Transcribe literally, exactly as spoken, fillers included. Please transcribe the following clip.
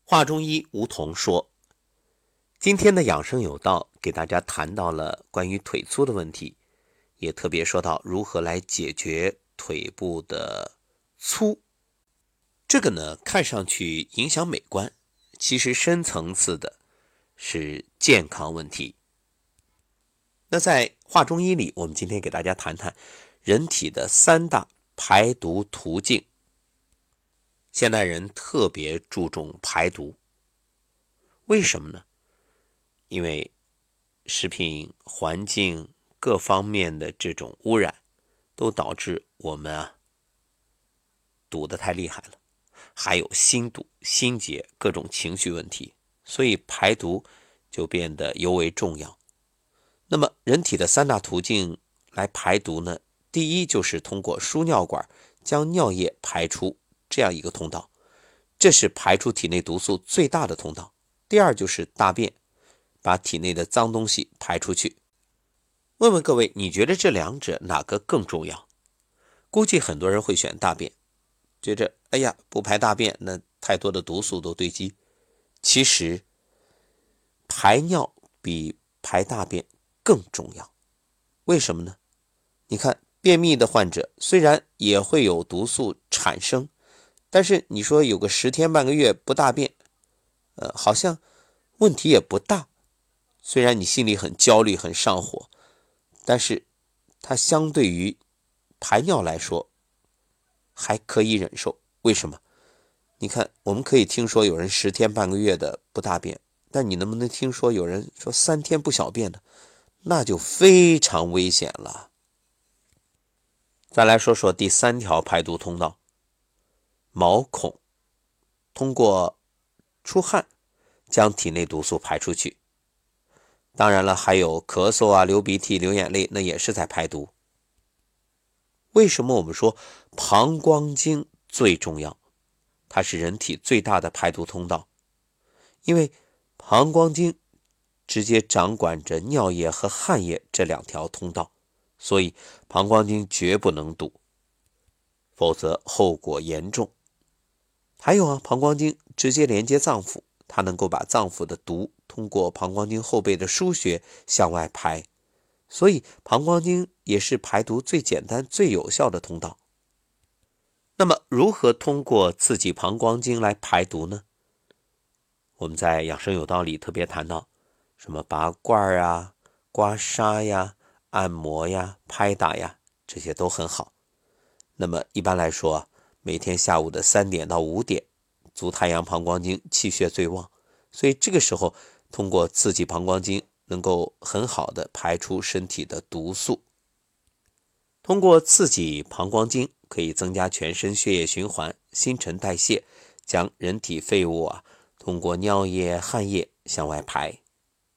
话中医吴桐说，今天的养生有道给大家谈到了关于腿粗的问题，也特别说到如何来解决腿部的粗。这个呢，看上去影响美观，其实深层次的是健康问题。那在话中医里，我们今天给大家谈谈人体的三大排毒途径。现代人特别注重排毒，为什么呢？因为食品、环境各方面的这种污染，都导致我们啊堵得太厉害了，还有心堵、心结、各种情绪问题，所以排毒就变得尤为重要。那么人体的三大途径来排毒呢，第一就是通过输尿管将尿液排出这样一个通道，这是排出体内毒素最大的通道。第二就是大便，把体内的脏东西排出去。问问各位，你觉得这两者哪个更重要？估计很多人会选大便，觉着哎呀，不排大便那太多的毒素都堆积。其实排尿比排大便更重要。为什么呢？你看便秘的患者虽然也会有毒素产生，但是你说有个十天半个月不大便，呃，好像问题也不大。虽然你心里很焦虑很上火，但是它相对于排尿来说还可以忍受。为什么？你看我们可以听说有人十天半个月的不大便，但你能不能听说有人说三天不小便的？那就非常危险了。再来说说第三条排毒通道，毛孔，通过出汗将体内毒素排出去。当然了，还有咳嗽啊、流鼻涕、流眼泪，那也是在排毒。为什么我们说膀胱经最重要？它是人体最大的排毒通道，因为膀胱经直接掌管着尿液和汗液这两条通道，所以膀胱经绝不能堵，否则后果严重。还有啊，膀胱经直接连接脏腑，它能够把脏腑的毒通过膀胱经后背的腧穴向外排，所以膀胱经也是排毒最简单最有效的通道。那么如何通过刺激膀胱经来排毒呢？我们在养生有道里特别谈到什么拔罐啊、刮痧呀、按摩呀、拍打呀，这些都很好。那么一般来说，每天下午的三点到五点，足太阳膀胱经气血最旺，所以这个时候通过刺激膀胱经，能够很好的排出身体的毒素。通过刺激膀胱经，可以增加全身血液循环、新陈代谢，将人体废物啊通过尿液、汗液向外排。